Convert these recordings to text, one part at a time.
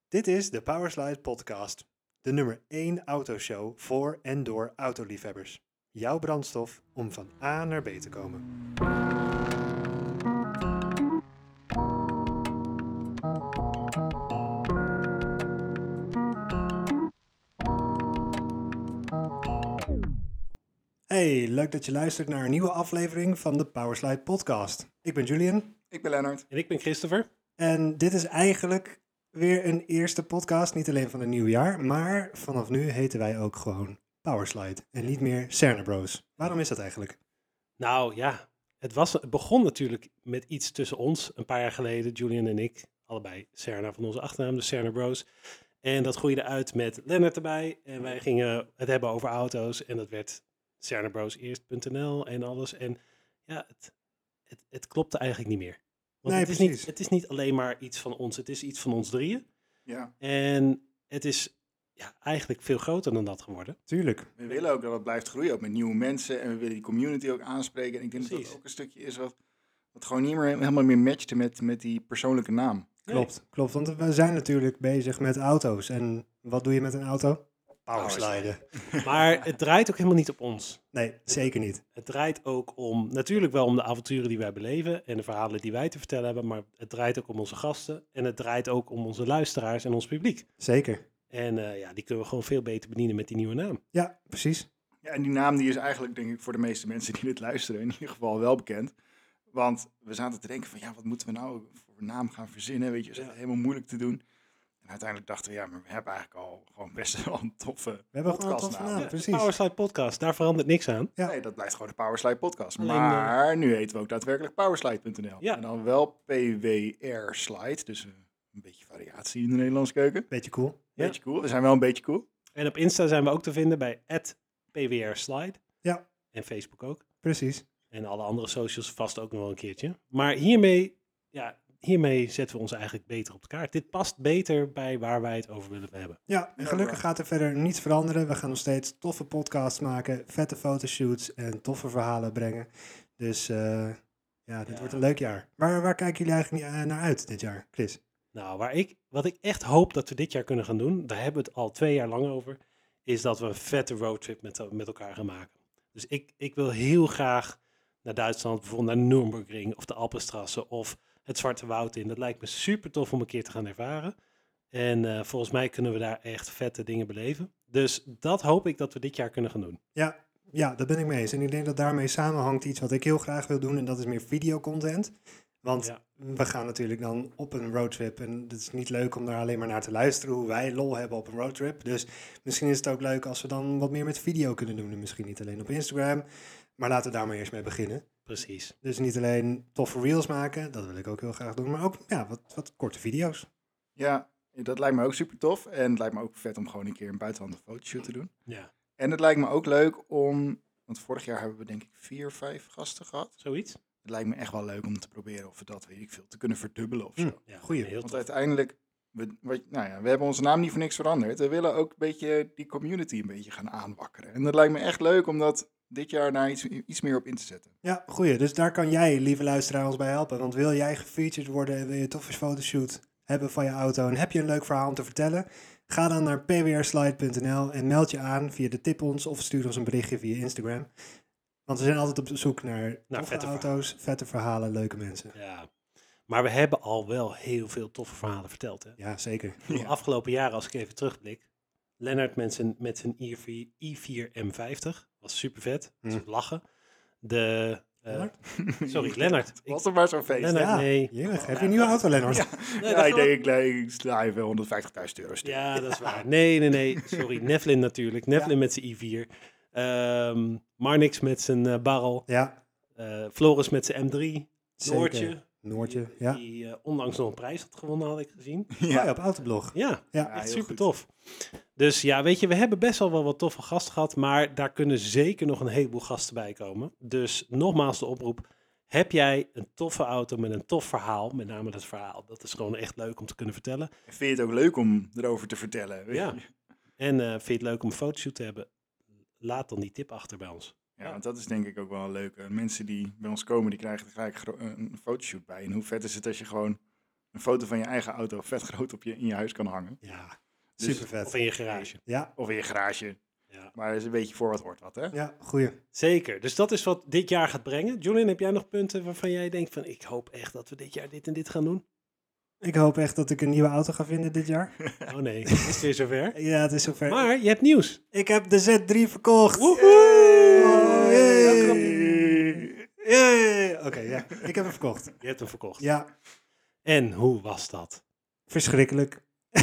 Dit is de Powerslide podcast. De nummer 1 autoshow voor en door autoliefhebbers. Jouw brandstof om van A naar B te komen. Hey, leuk dat je luistert naar een nieuwe aflevering van de Powerslide podcast. Ik ben Julian. Ik ben Lennart. En ik ben Christopher. En dit is eigenlijk weer een eerste podcast, niet alleen van het nieuwe jaar, maar vanaf nu heten wij ook gewoon Powerslide en niet meer Cerner Bros. Waarom is dat eigenlijk? Nou ja, het begon natuurlijk met iets tussen ons een paar jaar geleden, Julian en ik, allebei Cerner van onze achternaam, de Cerner Bros. En dat groeide uit met Lennart erbij en wij gingen het hebben over auto's en dat werd cernerbroseerst.nl en alles. En ja, het klopte eigenlijk niet meer. Want Nee, precies. het is niet alleen maar iets van ons, het is iets van ons drieën. Ja, En het is eigenlijk veel groter dan dat geworden. Tuurlijk. we willen ook dat het blijft groeien, ook met nieuwe mensen. En we willen die community ook aanspreken. En ik denk dat Precies. dat ook een stukje is wat gewoon niet meer helemaal meer matchte met die persoonlijke naam. Klopt, want we zijn natuurlijk bezig met auto's. En wat doe je met een auto? Powersliden. Maar het draait ook helemaal niet op ons. Nee, zeker niet. Het draait ook natuurlijk wel om de avonturen die wij beleven en de verhalen die wij te vertellen hebben, maar het draait ook om onze gasten en het draait ook om onze luisteraars en ons publiek. Zeker. En die kunnen we gewoon veel beter bedienen met die nieuwe naam. Ja, precies. Ja, en die naam die is eigenlijk, denk ik, voor de meeste mensen die dit luisteren, in ieder geval wel bekend. Want we zaten te denken van, ja, wat moeten we nou voor een naam gaan verzinnen? Weet je, dat is echt helemaal moeilijk te doen. En uiteindelijk dachten we, ja, maar we hebben eigenlijk al gewoon best wel een toffe We hebben gewoon een podcastnaam. toffe naam, De precies. Powerslide Podcast, daar verandert niks aan. Ja. Nee, dat blijft gewoon de Powerslide podcast. Alleen, Maar nu heten we ook daadwerkelijk powerslide.nl. Ja. En dan wel PWR Slide, dus een beetje variatie in de Nederlandse keuken. Beetje cool. Ja. Beetje cool, we zijn wel een beetje cool. En op Insta zijn we ook te vinden bij @pwrslide. Ja. En Facebook ook. Precies. En alle andere socials vast ook nog wel een keertje. Maar hiermee zetten we ons eigenlijk beter op de kaart. Dit past beter bij waar wij het over willen hebben. Ja, en gelukkig gaat er verder niets veranderen. We gaan nog steeds toffe podcasts maken, vette fotoshoots en toffe verhalen brengen. Dus dit wordt een leuk jaar. Waar kijken jullie eigenlijk naar uit dit jaar, Chris? Nou, wat ik echt hoop dat we dit jaar kunnen gaan doen, daar hebben we het al 2 jaar lang over, is dat we een vette roadtrip met elkaar gaan maken. Dus ik wil heel graag naar Duitsland, bijvoorbeeld naar de Nürburgring of de Alpenstrasse of het Zwarte Woud in. Dat lijkt me super tof om een keer te gaan ervaren. En volgens mij kunnen we daar echt vette dingen beleven. Dus dat hoop ik dat we dit jaar kunnen gaan doen. Ja, dat ben ik mee eens. En ik denk dat daarmee samenhangt iets wat ik heel graag wil doen. En dat is meer videocontent. Want Ja. we gaan natuurlijk dan op een roadtrip. En het is niet leuk om daar alleen maar naar te luisteren hoe wij lol hebben op een roadtrip. Dus misschien is het ook leuk als we dan wat meer met video kunnen doen. En misschien niet alleen op Instagram. Maar laten we daar maar eerst mee beginnen. Precies. Dus niet alleen toffe reels maken, dat wil ik ook heel graag doen. Maar ook wat korte video's. Ja, dat lijkt me ook super tof. En het lijkt me ook vet om gewoon een keer een buitenlandse fotoshoot te doen. Ja, En het lijkt me ook leuk om, want vorig jaar hebben we denk ik 4, 5 gasten gehad. zoiets. Het lijkt me echt wel leuk om te proberen of we dat, weet ik veel, te kunnen verdubbelen of zo. Ja, Goeie. heel Want tof. uiteindelijk, we hebben onze naam niet voor niks veranderd. We willen ook een beetje die community een beetje gaan aanwakkeren. En dat lijkt me echt leuk om dat dit jaar daar iets meer op in te zetten. Ja, goeie. Dus daar kan jij, lieve luisteraar, ons bij helpen. Want wil jij gefeatured worden en wil je een toffe fotoshoot hebben van je auto en heb je een leuk verhaal om te vertellen? Ga dan naar pwrslide.nl en meld je aan via de tip ons of stuur ons een berichtje via Instagram. Want we zijn altijd op zoek naar toffe vette auto's, vette verhalen, leuke mensen. Ja, maar we hebben al wel heel veel toffe verhalen verteld. Hè? Ja, zeker. De afgelopen jaren, als ik even terugblik. Lennart met zijn i4 M50 was super vet. Dat is lachen. Sorry, Lennart. Was er maar zo'n feest. Lennart, Ja, nee. jemig. Heb je een nieuwe auto, Lennart? Ja, Nee, ja, dat ik sla even €150.000 sturen. Ja, dat is waar. Nee. Sorry, Nevlin natuurlijk. Nevlin met zijn i4. Marnix met zijn barrel. Ja, Floris met zijn M3. zeker. Noortje. Noortje, ja. Die onlangs nog een prijs had gewonnen, had ik gezien. Ja, op Autoblog. Ja, Ja, echt heel super goed. tof. Dus ja, weet je, we hebben best wel wat toffe gasten gehad, maar daar kunnen zeker nog een heleboel gasten bij komen. Dus nogmaals de oproep, heb jij een toffe auto met een tof verhaal, met name dat verhaal, dat is gewoon echt leuk om te kunnen vertellen. En vind je het ook leuk om erover te vertellen? weet Ja. je? En vind je het leuk om een fotoshoot te hebben, laat dan die tip achter bij ons. Ja, want dat is denk ik ook wel leuk. Mensen die bij ons komen, die krijgen er gelijk een fotoshoot bij. En hoe vet is het als je gewoon een foto van je eigen auto vet groot in je huis kan hangen. Ja, Dus- super vet. Of in je garage. Ja, Of in je garage. Ja. Maar is een beetje voor wat hoort wat, hè? ja, goeie. Zeker. Dus dat is wat dit jaar gaat brengen. Julian, heb jij nog punten waarvan jij denkt van... ik hoop echt dat we dit jaar dit en dit gaan doen? Ik hoop echt dat ik een nieuwe auto ga vinden dit jaar. Oh nee, is het weer zover? Ja, het is zover. Maar je hebt nieuws. Ik heb de Z3 verkocht. Woehoe! Oh, yay. Welkom. Yay. Oké, ja. Ik heb hem verkocht. Je hebt hem verkocht. Ja, En hoe was dat? verschrikkelijk.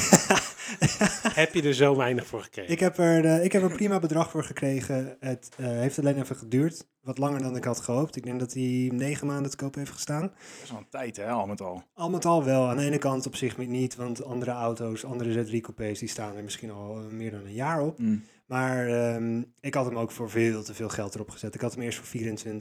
Heb je er zo weinig voor gekregen? Ik heb er prima bedrag voor gekregen. Het heeft alleen even geduurd. Wat langer dan ik had gehoopt. Ik denk dat hij 9 maanden te koop heeft gestaan. Dat is wel een tijd, hè, al met al. Al met al wel. Aan de ene kant op zich niet. Want andere auto's, andere Z3-coupés, die staan er misschien al meer dan een jaar op. Maar ik had hem ook voor veel te veel geld erop gezet. Ik had hem eerst voor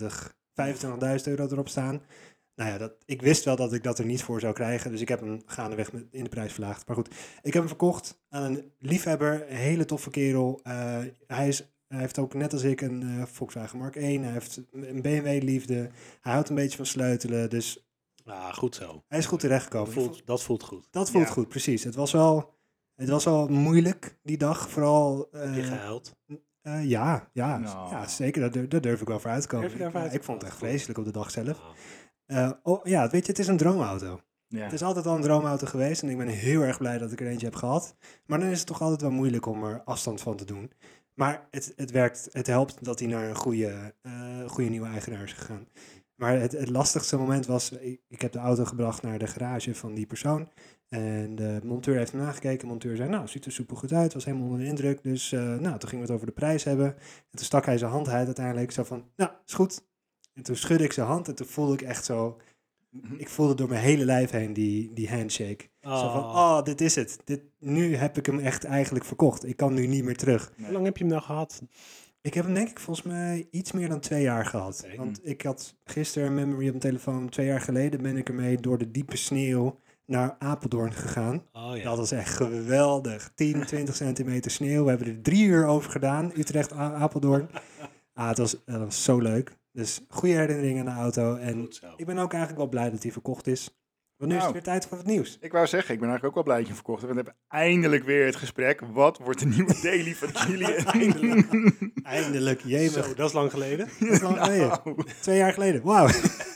25.000 euro erop staan. Nou ja, ik wist wel dat ik dat er niet voor zou krijgen. Dus ik heb hem gaandeweg in de prijs verlaagd. Maar goed, ik heb hem verkocht aan een liefhebber. Een hele toffe kerel. Hij heeft ook net als ik een Volkswagen Mark 1. Hij heeft een BMW-liefde. Hij houdt een beetje van sleutelen. Dus Goed zo. hij is goed terechtgekomen. Dat voelt goed. Dat voelt Ja. goed, precies. Het was wel moeilijk die dag. Vooral... Heb je gehuild? Ja, Nou. zeker. Daar durf ik wel voor uit te komen. Durf je daarvoor uit te Ik vond het echt komen? vreselijk op de dag zelf. Ah. Ja, weet je, het is een droomauto. Ja. Het is altijd al een droomauto geweest en ik ben heel erg blij dat ik er eentje heb gehad. Maar dan is het toch altijd wel moeilijk om er afstand van te doen. Maar het werkt, het helpt dat hij naar een goede nieuwe eigenaar is gegaan. Maar het lastigste moment was, ik heb de auto gebracht naar de garage van die persoon. En de monteur heeft hem nagekeken. De monteur zei, nou, ziet er super goed uit. Was helemaal onder de indruk. Dus toen gingen we het over de prijs hebben. En toen stak hij zijn hand uit uiteindelijk. Zo van, nou, is goed. En toen schudde ik zijn hand en toen voelde ik echt zo... Ik voelde door mijn hele lijf heen die handshake. Zo van, dit is het. Nu heb ik hem echt eigenlijk verkocht. Ik kan nu niet meer terug. Hoe lang heb je hem nou gehad? Ik heb hem denk ik volgens mij iets meer dan 2 jaar gehad. Oké. Want ik had gisteren een memory op mijn telefoon. 2 jaar geleden ben ik ermee door de diepe sneeuw naar Apeldoorn gegaan. Oh ja. Dat was echt geweldig. 10, 20 centimeter sneeuw. We hebben er 3 uur over gedaan. Utrecht, Apeldoorn. Het was zo leuk. Dus goede herinneringen aan de auto. En Goed zo. ik ben ook eigenlijk wel blij dat hij verkocht is. Want nu is het Nou. weer tijd voor wat nieuws. Ik wou zeggen, ik ben eigenlijk ook wel blij dat je hem verkocht hebt. Want we hebben eindelijk weer het gesprek. Wat wordt de nieuwe daily van Julian? Eindelijk, jemig. Zo, dat is lang geleden. Dat is lang geleden. Nou, 2 jaar geleden. Wauw.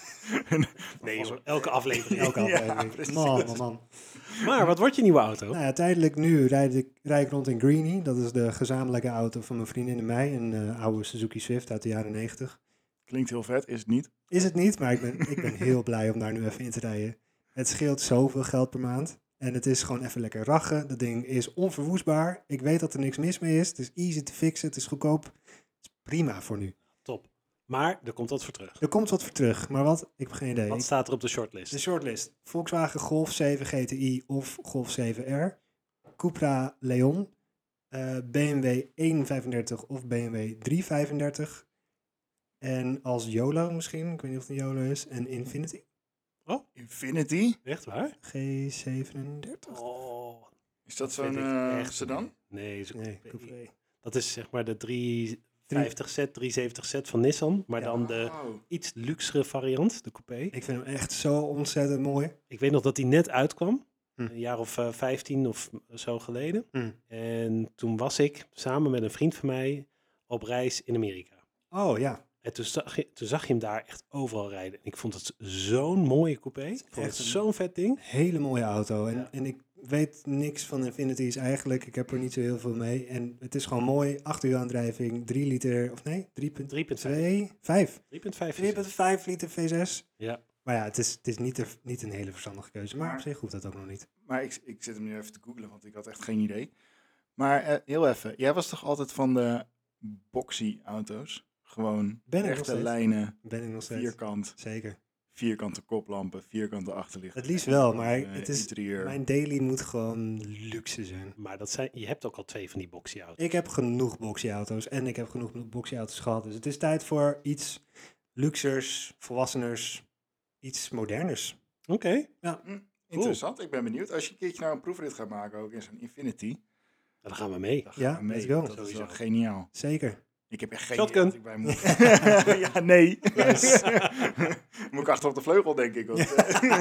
Nee, joh, elke aflevering. Elke Ja, aflevering. precies. Man. Maar wat wordt je nieuwe auto? Nou ja, tijdelijk nu rijd ik rond in Greenie. Dat is de gezamenlijke auto van mijn vriendin en mij. Een oude Suzuki Swift uit de jaren 90. klinkt heel vet, is het niet? Is het niet, maar ik ben heel blij om daar nu even in te rijden. Het scheelt zoveel geld per maand. En het is gewoon even lekker rachen. Dat ding is onverwoestbaar. Ik weet dat er niks mis mee is. Het is easy te fixen. Het is goedkoop. Het is prima voor nu. Top. Maar er komt wat voor terug. Er komt wat voor terug. Maar wat? Ik heb geen idee. Wat staat er op de shortlist? De shortlist. Volkswagen Golf 7 GTI of Golf 7R. Cupra Leon. BMW 135 of BMW 335. En als YOLO misschien. Ik weet niet of het een YOLO is. En Infinity. Infinity? Echt waar? G37. Oh, Is dat weet zo'n ik echt sedan? niet. Nee, is een Nee, coupé. Coupé. Dat is zeg maar de 350Z, 370Z van Nissan. Maar Ja. dan de Oh. iets luxere variant, de coupé. Ik vind hem echt zo ontzettend mooi. Ik weet nog dat die net uitkwam. Hm. Een jaar of 15 of zo geleden. Hm. En toen was ik samen met een vriend van mij op reis in Amerika. Oh ja. En toen zag je hem daar echt overal rijden. En ik vond het zo'n mooie coupé. Ik vond echt het een- zo'n vet ding. Hele mooie auto. En, Ja. en ik weet niks van Infinity's eigenlijk. Ik heb er niet zo heel veel mee. En het is gewoon mooi. 8-wielaandrijving, 3 liter, of nee, 3,2, 5. 3,5. 3,5 liter V6. Ja. Maar ja, het is niet een hele verstandige keuze. Maar op zich hoeft dat ook nog niet. Maar ik zit hem nu even te googlen, want ik had echt geen idee. Maar heel even, jij was toch altijd van de boxy auto's? Gewoon Ben ik nog rechte steeds. lijnen, Ben ik nog steeds. vierkant, Zeker. vierkante koplampen, vierkante achterlichten. Het liefst wel, maar vierkant, het is... interieur. Mijn daily moet gewoon luxe zijn. Maar je hebt ook al 2 van die boxy-auto's. Ik heb genoeg boxy-auto's en ik heb genoeg boxy-auto's gehad. Dus het is tijd voor iets luxers, volwasseners, iets moderners. Oké. Interessant, ik ben benieuwd. Als je een keertje nou een proefrit gaat maken, ook in zo'n Infinity, Dan gaan we mee. dan gaan Ja, we mee. let's go. Dat is Sowieso. wel geniaal. Zeker. Ik heb echt geen Shotgun. idee wat ik bij moet. Ja, nee. Moet ik achter op de vleugel, denk ik. Want,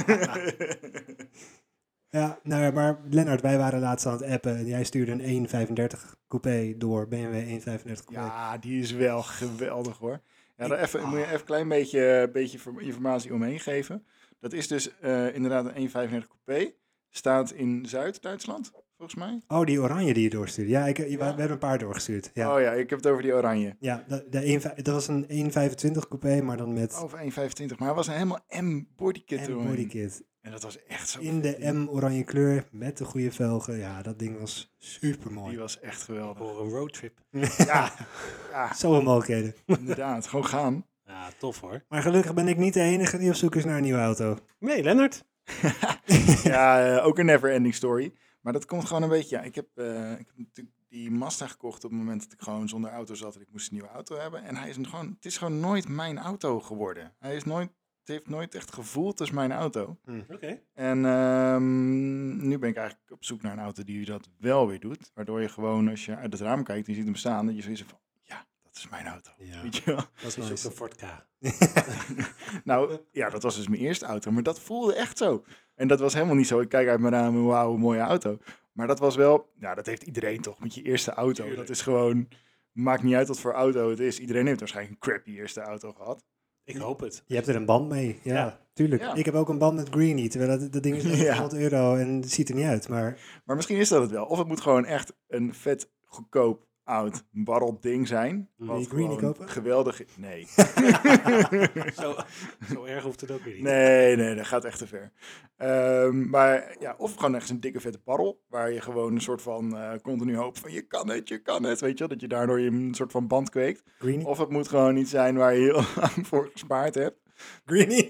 Ja, nou ja, maar Lennart, wij waren laatst aan het appen en jij stuurde een 135 coupé door, BMW 135 coupé. ja, die is wel geweldig hoor. Ja, daar Ik- moet je even een klein beetje informatie omheen geven. Dat is dus inderdaad een 135 coupé. Staat in Zuid-Duitsland, volgens mij. Oh, die oranje die je doorstuurde. Ja, we Ja. hebben een paar doorgestuurd. Ja, Oh ja, ik heb het over die oranje. ja dat was een 125 coupé, maar dan met Over 1,25. Maar hij was een helemaal M-bodykit en eromheen. bodykit. En dat was echt zo In vet. de M-oranje kleur, met de goede velgen. Ja, dat ding was super Die mooi. was echt geweldig. Voor een roadtrip. Ja, ja, Zoveel mogelijkheden. inderdaad. Gewoon gaan. Ja, tof hoor. Maar gelukkig ben ik niet de enige die op zoek is naar een nieuwe auto. Nee, Lennart. Ja, ook een never ending story. Maar dat komt gewoon een beetje... Ja, ik heb natuurlijk die Mazda gekocht op het moment dat ik gewoon zonder auto zat. En ik moest een nieuwe auto hebben. En het is gewoon nooit mijn auto geworden. Het heeft nooit echt gevoeld als mijn auto. Oké. En nu ben ik eigenlijk op zoek naar een auto die dat wel weer doet. Waardoor je gewoon, als je uit het raam kijkt en je ziet hem staan, dat je zoiets hebt van, ja, dat is mijn auto. Ja, Weet je wel? dat is Dat is nice. ook een Ford K. Nou, ja, dat was dus mijn eerste auto, maar dat voelde echt zo. En dat was helemaal niet zo, ik kijk uit mijn raam en wauw, een mooie auto. Maar dat was wel, ja, dat heeft iedereen toch, met je eerste auto. Tuurlijk. Dat is gewoon, maakt niet uit wat voor auto het is. Iedereen heeft waarschijnlijk een crappy eerste auto gehad. Ik hoop het. Je hebt er een band mee, ja, Ja. tuurlijk. Ja. Ik heb ook een band met Greenie, terwijl dat ding is Ja. 100 euro en het ziet er niet uit. Maar Maar misschien is dat het wel. Of het moet gewoon echt een vet goedkoop oud barrel ding zijn. Wil Wat je Greenie gewoon kopen? geweldig. Nee. Zo erg hoeft het ook weer niet. nee, dat gaat echt te ver. Maar ja, of gewoon echt een dikke vette barrel. Waar je gewoon een soort van continu hoopt van je kan het. Weet je wel, dat je daardoor je een soort van band kweekt. Greenie? Of het moet gewoon iets zijn waar je heel lang voor gespaard hebt. Greenie?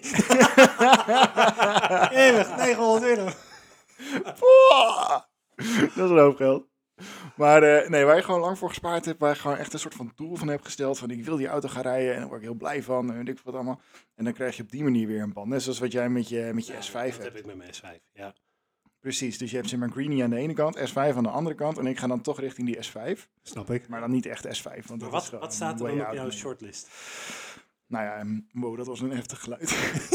Eeuwig, 900 euro. Poeh! Dat is een hoop geld. Maar nee, waar je gewoon lang voor gespaard hebt, waar je gewoon echt een soort van doel van hebt gesteld, van ik wil die auto gaan rijden en daar word ik heel blij van en weet ik wat allemaal. En dan krijg je op die manier weer een band. Net zoals wat jij met je Ja, S5 dat hebt. heb ik met mijn S5. Ja. Precies, dus je hebt zeg maar Greenie aan de ene kant, S5 aan de andere kant en ik ga dan toch richting die S5. Snap ik. Maar dan niet echt S5. Want Maar dat is wat gewoon staat er way dan op out jouw of me. shortlist? Nou ja, wow, dat was een heftig geluid.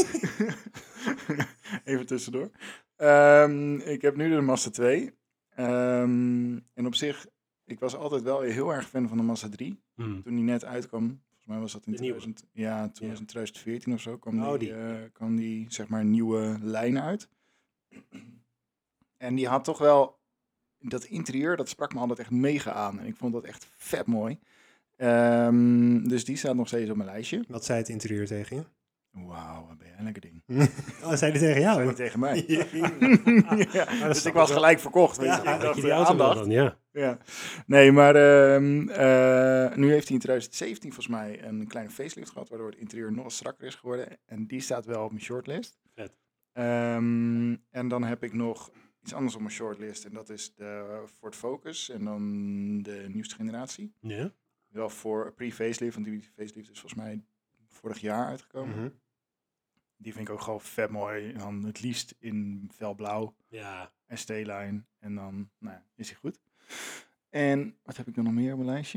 Even tussendoor. Ik heb nu de Mazda 2. En op zich, ik was altijd wel heel erg fan van de Mazda 3. Toen die net uitkwam. Volgens mij was dat in De nieuwe. 2000. Ja, toen Ja. was in 2014 of zo. Kwam Oh, kwam die zeg maar nieuwe lijn uit. En die had toch wel dat interieur, dat sprak me altijd echt mega aan. En ik vond dat echt vet mooi. Dus die staat nog steeds op mijn lijstje. Wat zei het interieur tegen je? Wauw, wat ben jij een lekker ding. Oh, zei die tegen jou? Zei niet tegen mij. dat Ja, dus snap ik was ik wel. gelijk verkocht. Weet Ja, je. Ik dat Dat dacht, je die auto wil aandacht. dan, ja. Ja. Nee, maar nu heeft hij in 2017 volgens mij een kleine facelift gehad, waardoor het interieur nog strakker is geworden. En die staat wel op mijn shortlist. Vet. En dan heb ik nog iets anders op mijn shortlist. En dat is de Ford Focus en dan de nieuwste generatie. Ja? Wel voor pre-facelift, want die facelift is volgens mij vorig jaar uitgekomen. Mhm. Die vind ik ook gewoon vet mooi. En dan het liefst in felblauw. Ja. ST-line. En dan nou ja, is hij goed. En wat heb ik dan nog meer op mijn lijstje?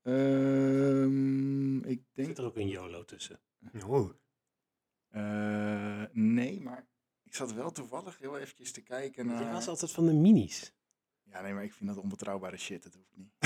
Ik denk... Zit er ook een YOLO tussen? Oh. Nee, maar ik zat wel toevallig heel eventjes te kijken naar... Je was altijd van de minis. Ja, nee, maar ik vind dat onbetrouwbare shit. Dat hoeft niet.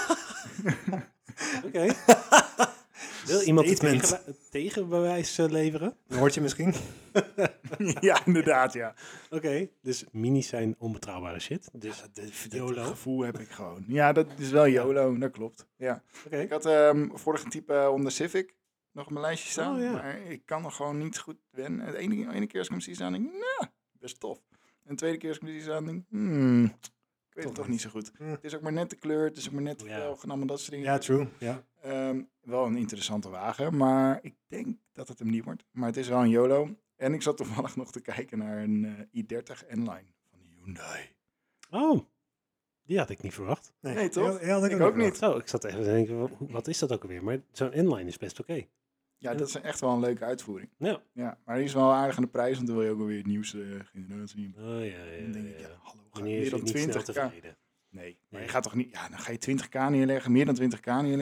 Oké. Wil iemand een Statement. tegenbewijs leveren? Dan hoort je misschien. Ja, inderdaad, ja. Oké, dus minis zijn onbetrouwbare shit. Dus Dat YOLO. gevoel heb ik gewoon. Ja, dat is wel YOLO, dat klopt. Ja. Oké. Ik had vorige type Honda Civic nog op mijn lijstje staan. Oh, ja. Maar ik kan nog gewoon niet goed wennen. De ene keer als ik hem zie staan, denk ik, nou, best tof. En de tweede keer als ik hem zie staan, denk ik, ik weet het toch niet zo goed. Hm. Het is ook maar net de kleur, het is ook maar net de Ja. velg en allemaal dat soort dingen. Ja, true. Ja. Wel een interessante wagen, maar ik denk dat het hem niet wordt. Maar het is wel een YOLO. En ik zat toevallig nog te kijken naar een i30 N-Line van Hyundai. Oh, die had ik niet verwacht. Nee, toch? Heel, had Ik ook niet. Zo, ik zat even te denken, wat is dat ook alweer? Maar zo'n inline is best oké. Ja, dat is echt wel een leuke uitvoering. Ja. Ja, maar die is wel aardig aan de prijs, want dan wil je ook alweer het nieuwste generatie. Oh ja, ja, Dan denk ik, ja. ja, hallo, ga Wanneer is meer je dan niet snel 20k. tevreden? Nee, maar Nee. je gaat toch niet, ja, dan ga je 20k neerleggen, meer dan 20k neerleggen,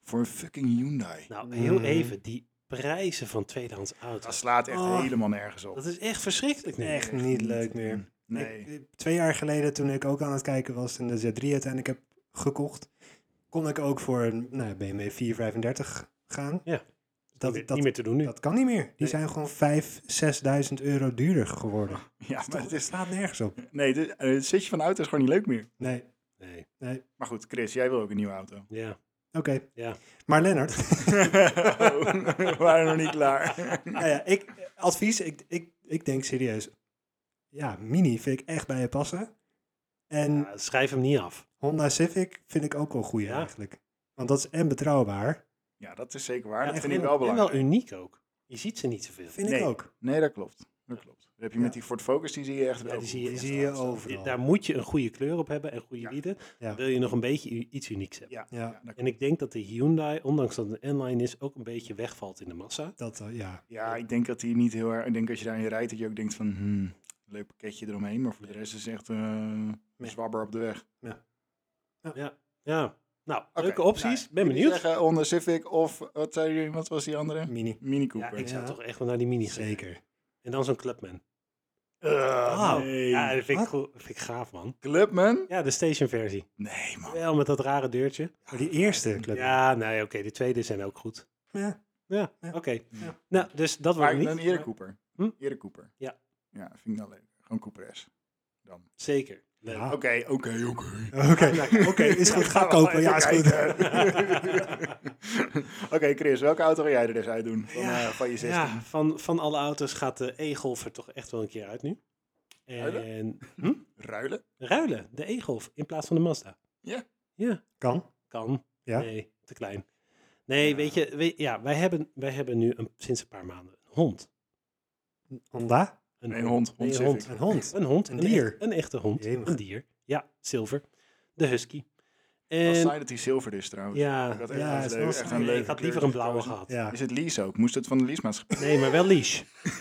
Voor een fucking Hyundai. Nou, heel even, die prijzen van tweedehands Dat auto's. slaat echt helemaal nergens op. Dat is echt verschrikkelijk. nu. Echt niet leuk meer. Nee. 2 jaar geleden, toen ik ook aan het kijken was en de Z3 uiteindelijk heb gekocht, kon ik ook voor een BMW 435 gaan. Ja. Dat Niet meer te doen nu. Dat kan niet meer. Die Nee. zijn gewoon 5.000, 6.000 euro duurder geworden. Ja, maar het Het slaat nergens op. het zitje van de auto is gewoon niet leuk meer. Nee, Nee. nee. Maar goed, Chris, jij wil ook een nieuwe auto. Ja. Oké. Ja. Maar Lennart, We waren nog niet klaar. nou ja, advies, ik denk serieus. Ja, Mini vind ik echt bij je passen. En Ja, schrijf hem niet af. Honda Civic vind ik ook wel goed Ja? eigenlijk. Want dat is en betrouwbaar, Ja, dat is zeker waar. Ja, Dat vind en- ik wel belangrijk. En wel uniek ook. Je ziet ze niet zoveel. vind Nee. ik ook. Nee, dat klopt. Dat klopt. Dat heb je Ja. met die Ford Focus, die zie je echt Ja, wel. die zie je- Die zie je overal. Daar moet je een goede kleur op hebben en goede Ja. wielen. Ja. Wil je nog een beetje iets unieks hebben. Ja, Ja. ja, dat En ik denk dat de Hyundai, ondanks dat het een N-Line is, ook een beetje wegvalt in de massa. Dat, ja. Ja, ik denk dat hij niet heel erg... Ik denk als je daarin rijdt, dat je ook denkt van... leuk pakketje eromheen. Maar voor de rest is het echt een zwabber op de weg. Ja. Nou, Oké, leuke opties. nou, Ben jullie benieuwd. zeggen Honda Civic of... Wat was die andere? Mini. Mini Ja, Cooper. ik zou Ja. toch echt wel naar die Mini gaan. Zeker. En dan zo'n Clubman. Nee. Ja, dat vind ik, Wat? goed, vind ik gaaf, man. Clubman? Ja, de station versie. Nee, man. Wel met dat rare deurtje. Maar die eerste club. Ja, nee, oké. De tweede zijn ook goed. Ja. Ja, Ja. oké. Ja. Nou, dus dat wordt Maar niet. een Eere Cooper. Hm? Eere Cooper. Ja. Ja, vind ik wel leuk. Gewoon Cooper S. Dan. Zeker. Leuk. Ja. Oké. Oké, is goed. Ga kopen. Ja, is goed. Oké, Chris, welke auto ga jij er dus uit doen van je 16? Ja, van alle auto's gaat de E-Golf er toch echt wel een keer uit nu. En Ruilen? ruilen, de E-Golf in plaats van de Mazda. Ja. Ja, Kan. kan. Ja. Nee, te klein. Nee, Ja. weet je, wij hebben nu sinds een paar maanden een hond. Honda? Nee, een hond. Nee, Hond een hond. Civic. Een hond. Een hond. Een dier. Een echte hond. Jemig. Een dier. Ja, zilver. De husky. Wat En saai dat hij zilver is trouwens. ja, Ik had Ja, echt, is een wel leuk, echt saai. een leuke ik had kleur liever een blauwe gekozen. gehad. Ja. Is het lease ook? Moest het van de leasemaatschappij? Nee, maar wel leash.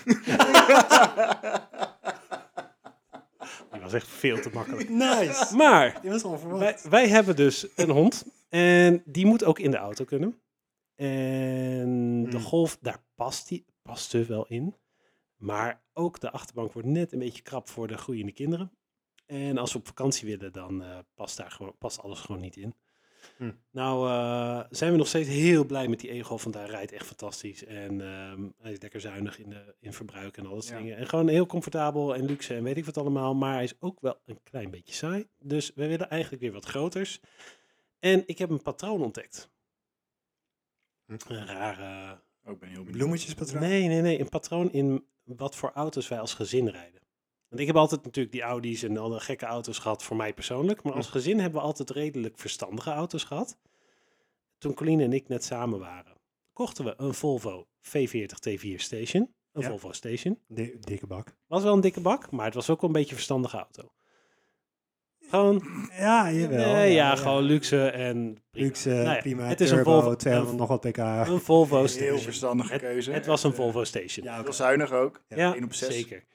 Die was echt veel te makkelijk. Nice. Maar Die was onverwacht. wij hebben dus een hond. En die moet ook in de auto kunnen. En de Golf, daar past ze wel in. Maar ook de achterbank wordt net een beetje krap voor de groeiende kinderen. En als we op vakantie willen, dan past alles gewoon niet in. Nou zijn we nog steeds heel blij met die E-Golf, want hij rijdt echt fantastisch. En hij is lekker zuinig in verbruik en al dat soort Ja. dingen. En gewoon heel comfortabel en luxe en weet ik wat allemaal. Maar hij is ook wel een klein beetje saai. Dus we willen eigenlijk weer wat groters. En ik heb een patroon ontdekt. Een rare... Oh, ik ben heel benieuwd. Bloemetjespatroon? Nee. Een patroon in wat voor auto's wij als gezin rijden. Want ik heb altijd natuurlijk die Audi's en alle gekke auto's gehad voor mij persoonlijk. Maar als gezin hebben we altijd redelijk verstandige auto's gehad. Toen Colleen en ik net samen waren, kochten we een Volvo V40 T4 Station. Een Ja. Volvo Station. Dikke bak. Was wel een dikke bak, maar het was ook wel een beetje een verstandige auto. Gewoon, Ja, jawel. nee, gewoon luxe en prima. Luxe, Nou ja, prima. het is een turbo, Volvo, 200 nog wat pk. een Volvo Heel Station. verstandige keuze. Het was een Volvo Station. Ja, Heel zuinig ook. Ja, 1 op 6. zeker.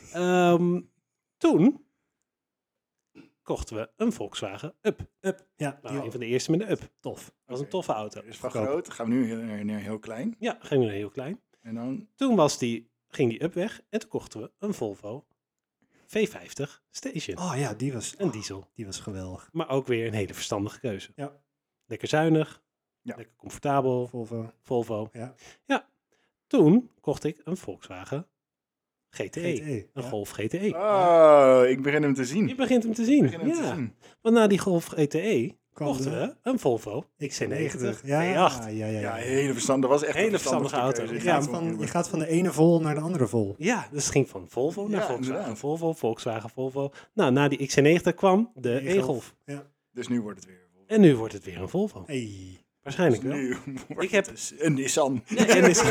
Toen kochten we een Volkswagen Up. Ja, Nou, een van de eerste met een Up. tof. Dat was een Oké. toffe auto. Dus van Goedkoop. groot dan gaan we nu naar heel klein. Ja, ging weer heel klein. En dan... Toen ging die Up weg en toen kochten we een Volvo V50 Station. Oh ja, Een diesel. die was geweldig. Maar ook weer een hele verstandige keuze. Ja. Lekker zuinig, Ja. lekker comfortabel, Volvo. Volvo. Ja. Toen kocht ik een Volkswagen GTE. GTE. Een ja. Golf GTE. Oh, ik begin hem te zien. Je begint hem te zien. Ik begin hem te Ja. zien. Want na die Golf GTE Kwam kochten de we een Volvo XC90 Ja, V8. ja. Ja, hele verstandig. Dat was echt Hele een verstandige auto. keuze. Ja, Je gaat van de ene vol naar de andere vol. Ja, dus het ging van Volvo naar Ja, Volkswagen, inderdaad. Volvo, Volkswagen, Volvo. Nou, na die XC90 kwam de E-Golf. E-Golf. Dus nu wordt het weer. En nu wordt het weer een Volvo. Hey. Waarschijnlijk Dus wel. nu wordt Ik heb- het dus een Nissan. Ja, en is,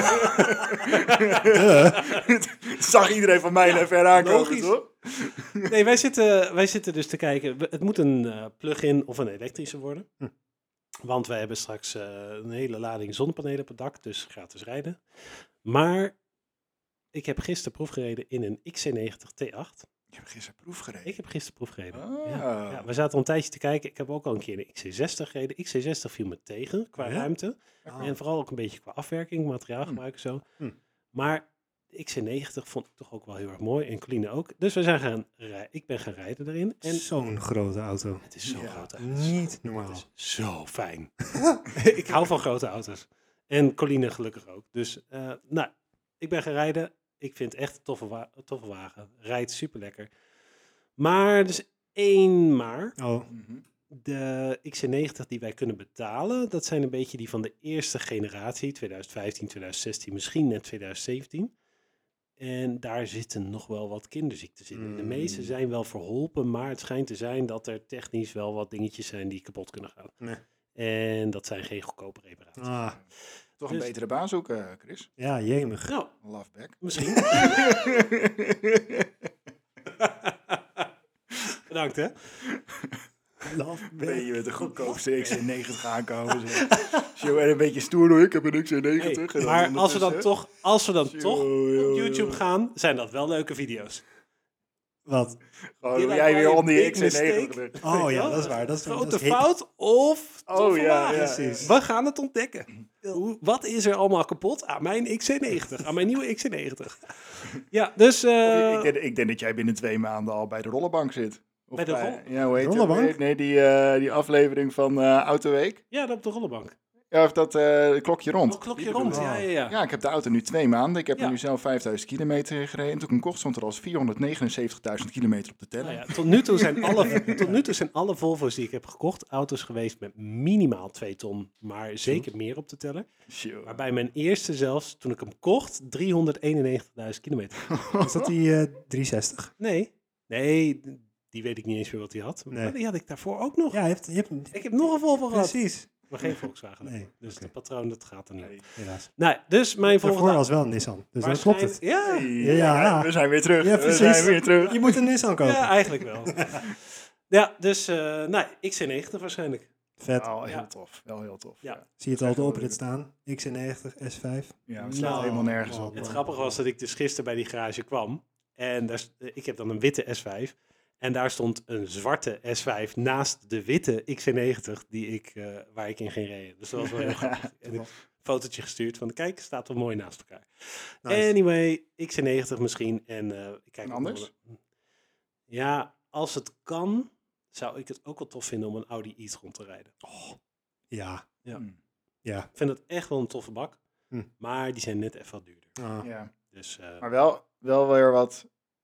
Zag iedereen van mij even aankomen, logisch. toch? nee, wij zitten dus te kijken. Het moet een plug-in of een elektrische worden. Want wij hebben straks een hele lading zonnepanelen op het dak, dus gratis rijden. Maar ik heb gisteren proefgereden in een XC90 T8. Je hebt gisteren proef gereden. Ik heb gisteren proef gereden. Ah. Ja, we zaten al een tijdje te kijken. Ik heb ook al een keer een XC60 gereden. XC60 viel me tegen qua Ja? ruimte. Oh. En vooral ook een beetje qua afwerking, materiaalgebruik en zo. Maar de XC90 vond ik toch ook wel heel erg mooi. En Colline ook. Dus we zijn gaan ik ben gaan rijden erin. En Zo'n grote auto. het is zo Ja, groot. Niet normaal. Het is zo fijn. Ik hou van grote auto's. En Colline gelukkig ook. Dus ik ben gaan rijden. Ik vind het echt een toffe wagen. Rijdt super lekker. Maar er is één maar. Oh, Mhm. De XC90 die wij kunnen betalen, dat zijn een beetje die van de eerste generatie. 2015, 2016, misschien net 2017. En daar zitten nog wel wat kinderziektes in. De meeste zijn wel verholpen, maar het schijnt te zijn dat er technisch wel wat dingetjes zijn die kapot kunnen gaan. nee. En dat zijn geen goedkope reparaties. Ah, Toch een Dus- betere baan zoeken, Chris. ja, jemig. Nou, Loveback. misschien. Bedankt, hè? Ben je met de goedkoopste XC90 aankomen. Zo, en een beetje stoer hoor, ik heb een XC90. Hey, en dan maar als we dan ondertussen- toch Yo, op YouTube gaan, zijn dat wel leuke video's. Wat? Gewoon Did hoe I jij buy weer a onder je big XC90 mistake? ligt. Oh Weet je ja, wel? dat is waar. Dat is Grote dat is hip. fout of toffe ja, wagen. ja. Precies. We gaan het ontdekken. Wat is er allemaal kapot aan mijn XC90? Aan mijn nieuwe XC90? Ja, dus... Ik denk dat jij binnen 2 maanden al bij de rollenbank zit. Of Bij de ja, hoe heet het? rollenbank? Nee, die aflevering van Autoweek. ja, dat op de rollenbank. Ja, of dat klokje rond. Oh, klokje Die rond, bedoel ik. ja, ja, ja. Ja, ik heb de auto nu 2 maanden. Ik heb Ja. er nu zelf 5000 kilometer gereden. En toen ik hem kocht stond er als 479.000 kilometer op de teller. Nou ja, tot nu toe zijn alle Volvo's die ik heb gekocht auto's geweest met minimaal 2 ton, maar zeker meer op de teller. Sjoe. Maar bij mijn eerste zelfs, toen ik hem kocht, 391.000 kilometer. Is dat die 360? Nee, die weet ik niet eens meer wat hij had. Nee. Maar die had ik daarvoor ook nog. Ja, je hebt Ik heb nog een Volvo gehad, precies. maar geen Volkswagen. Nee, Dus oké. het patroon, dat gaat er niet. Nee. Helaas. Nou, dus mijn Daarvoor volgende... was wel een Nissan, dus dan klopt het. Ja, Ja. We zijn weer terug. Ja, We precies. zijn weer terug. Je moet een Nissan kopen. ja, eigenlijk wel. Ja, dus XC90 waarschijnlijk. Vet. Wel heel Ja. tof. Wel heel tof. Ja. Ja, Zie je het al op de oprit staan? XC90, S5. ja het slaat Nou, helemaal nergens op. Het man. grappige was dat ik dus gisteren bij die garage kwam. En ik heb dan een witte S5. En daar stond een zwarte S5 naast de witte XC90 waar ik in ging rijden. Dus dat was wel heel grappig. En ik heb een fotootje gestuurd van, kijk, staat wel mooi naast elkaar. Nice. Anyway, XC90 misschien. En ik kijk En ook nog anders? wel- Ja, als het kan, zou ik het ook wel tof vinden om een Audi e-tron te rijden. Ja, Ja. Hm. ja. Ik vind het echt wel een toffe bak. Hm. Maar die zijn net even wat duurder. Ah. Ja. Dus Maar wel weer wat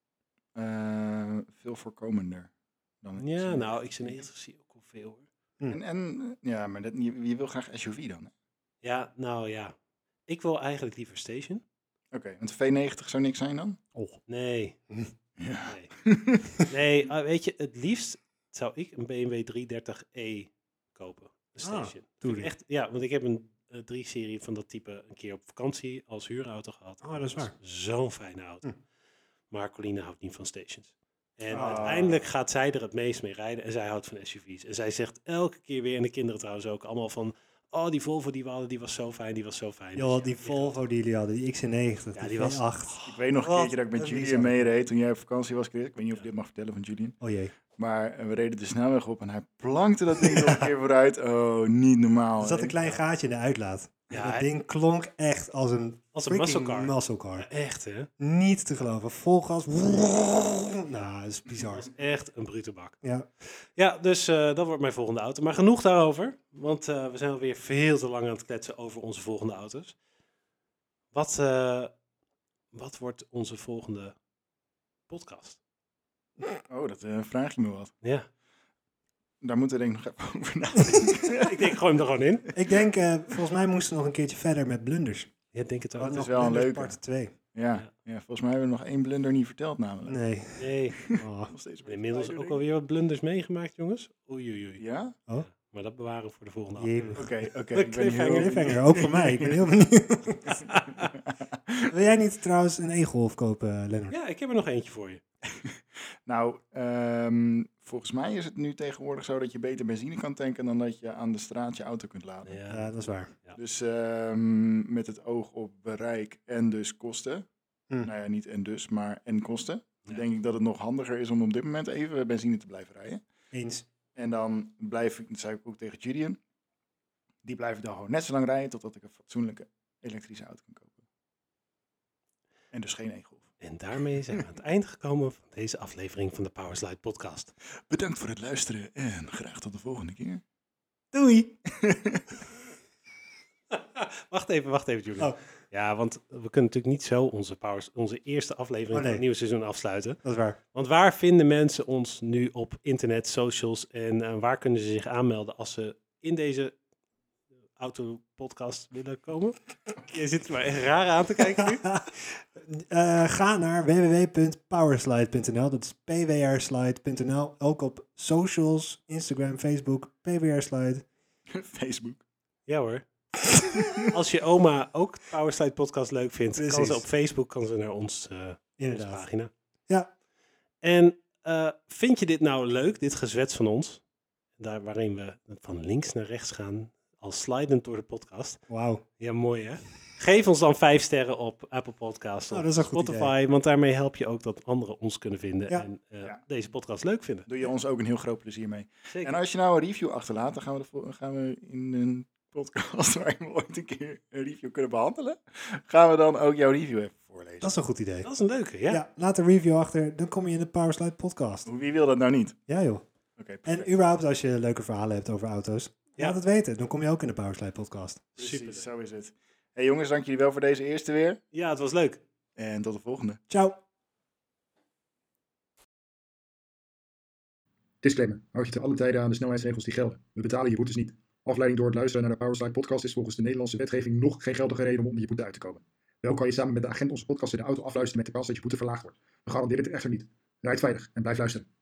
veel voorkomender dan een ja, XC90. nou, XC90 zie je ook wel veel hoor. En ja, maar je wil graag SUV dan. Hè? Ja, nou ja. Ik wil eigenlijk liever station. Oké, want de V90 zou niks zijn dan? Nee, Ja. nee. Nee, weet je, het liefst zou ik een BMW 330e kopen. Een station. Vind ik touring. echt, ja, want ik heb een 3-serie van dat type een keer op vakantie als huurauto gehad. Oh, dat is was waar. Zo'n fijne auto. Hm. Maar Colline houdt niet van stations. En Ah. uiteindelijk gaat zij er het meest mee rijden en zij houdt van SUV's. En zij zegt elke keer weer, en de kinderen trouwens ook, allemaal van, oh, die Volvo die we hadden, die was zo fijn, die was zo fijn. Joh, Dus die ja, Volvo die jullie hadden, die XC90, Ja, die die was- V8. Ik weet nog een Wat keertje dat ik met een Julian bizar. meereed toen jij op vakantie was, Chris. Ik weet niet of ik dit mag vertellen van Julian. Oh jee. Maar we reden de snelweg op en hij plankte dat ding nog een keer vooruit. Oh, niet normaal. Er zat hè. een klein gaatje in de uitlaat. Ja, En dat hij- ding klonk echt als een Als een freaking muscle car. muscle car. Ja, echt hè? Niet te geloven. Vol gas. Nou, dat is bizar. Dat is echt een brute bak. Ja. Ja, dus dat wordt mijn volgende auto. Maar genoeg daarover, want we zijn alweer veel te lang aan het kletsen over onze volgende auto's. Wat wordt onze volgende podcast? Oh, dat vraag je me wat. Ja, Daar moeten we denk ik nog even over nadenken. ik denk, gooi hem er gewoon in. Ik denk, volgens mij moesten we nog een keertje verder met blunders. Ja, denk het ook. Dat is Nog wel een blunders leuke. part 2. Ja, volgens mij hebben we nog 1 blunder niet verteld namelijk. Nee. Nee, Oh. Nog steeds een beetje inmiddels blij, ook denk ik. alweer wat blunders meegemaakt, jongens. Oei, oei, oei. Ja? Oh. Maar dat bewaren we voor de volgende Jemig. aflevering. Oké. De Ik ben heel cliffhanger. Cliffhanger, ook voor mij. Ik ben heel benieuwd. Wil jij niet trouwens een E-Golf kopen, Lennart? Ja, ik heb er nog eentje voor je. Nou, volgens mij is het nu tegenwoordig zo dat je beter benzine kan tanken dan dat je aan de straat je auto kunt laden. Ja, Dat is waar. Dus met het oog op bereik en dus kosten. Hm. Nou ja, niet en dus, maar en kosten. Dan denk ik dat het nog handiger is om op dit moment even benzine te blijven rijden. Eens. En dan blijf ik, dat zei ik ook tegen Gideon, die blijf ik dan gewoon net zo lang rijden totdat ik een fatsoenlijke elektrische auto kan kopen. En dus geen e-golf. En daarmee zijn we aan het eind gekomen van deze aflevering van de Powerslide podcast. Bedankt voor het luisteren en graag tot de volgende keer. Doei! Wacht even, Julian. Oh. Ja, want we kunnen natuurlijk niet zo onze eerste aflevering van het nieuwe seizoen afsluiten. Dat is waar. Want waar vinden mensen ons nu op internet, socials en waar kunnen ze zich aanmelden als ze in deze autopodcast willen komen? Je zit maar echt raar aan te kijken nu. Ga naar www.powerslide.nl. Dat is pwrslide.nl. Ook op socials, Instagram, Facebook, pwrslide. Facebook. Ja hoor. Als je oma ook Powerslide podcast leuk vindt, kan Precies. ze op Facebook naar ons Inderdaad. pagina. Ja. En vind je dit nou leuk, dit gezwets van ons? Daar waarin we van links naar rechts gaan, al slidend door de podcast. Wauw. Ja, mooi hè? Geef ons dan 5 sterren op Apple Podcasts of Oh, dat is een goed Spotify, want daarmee help je ook dat anderen ons kunnen vinden Ja. en Ja. deze podcast leuk vinden. Doe je ons ook een heel groot plezier mee. Zeker. En als je nou een review achterlaat, dan gaan we in een podcast waar we ooit een keer een review kunnen behandelen, gaan we dan ook jouw review even voorlezen. Dat is een goed idee. Dat is een leuke, ja? Ja, laat een review achter, dan kom je in de Powerslide podcast. Wie wil dat nou niet? Ja joh. Oké, perfect. En überhaupt als je leuke verhalen hebt over auto's, Ja. laat het weten. Dan kom je ook in de Powerslide podcast. Precies, Super. zo is het. Hey jongens, dank jullie wel voor deze eerste weer. Ja, het was leuk. En tot de volgende. Ciao. Disclaimer. Houd je te alle tijden aan de snelheidsregels die gelden. We betalen je boetes niet. Afleiding door het luisteren naar de Powerslide podcast is volgens de Nederlandse wetgeving nog geen geldige reden om onder je boete uit te komen. Wel kan je samen met de agent onze podcast in de auto afluisteren met de kans dat je boete verlaagd wordt. We garanderen dit echter niet. Rijd veilig en blijf luisteren.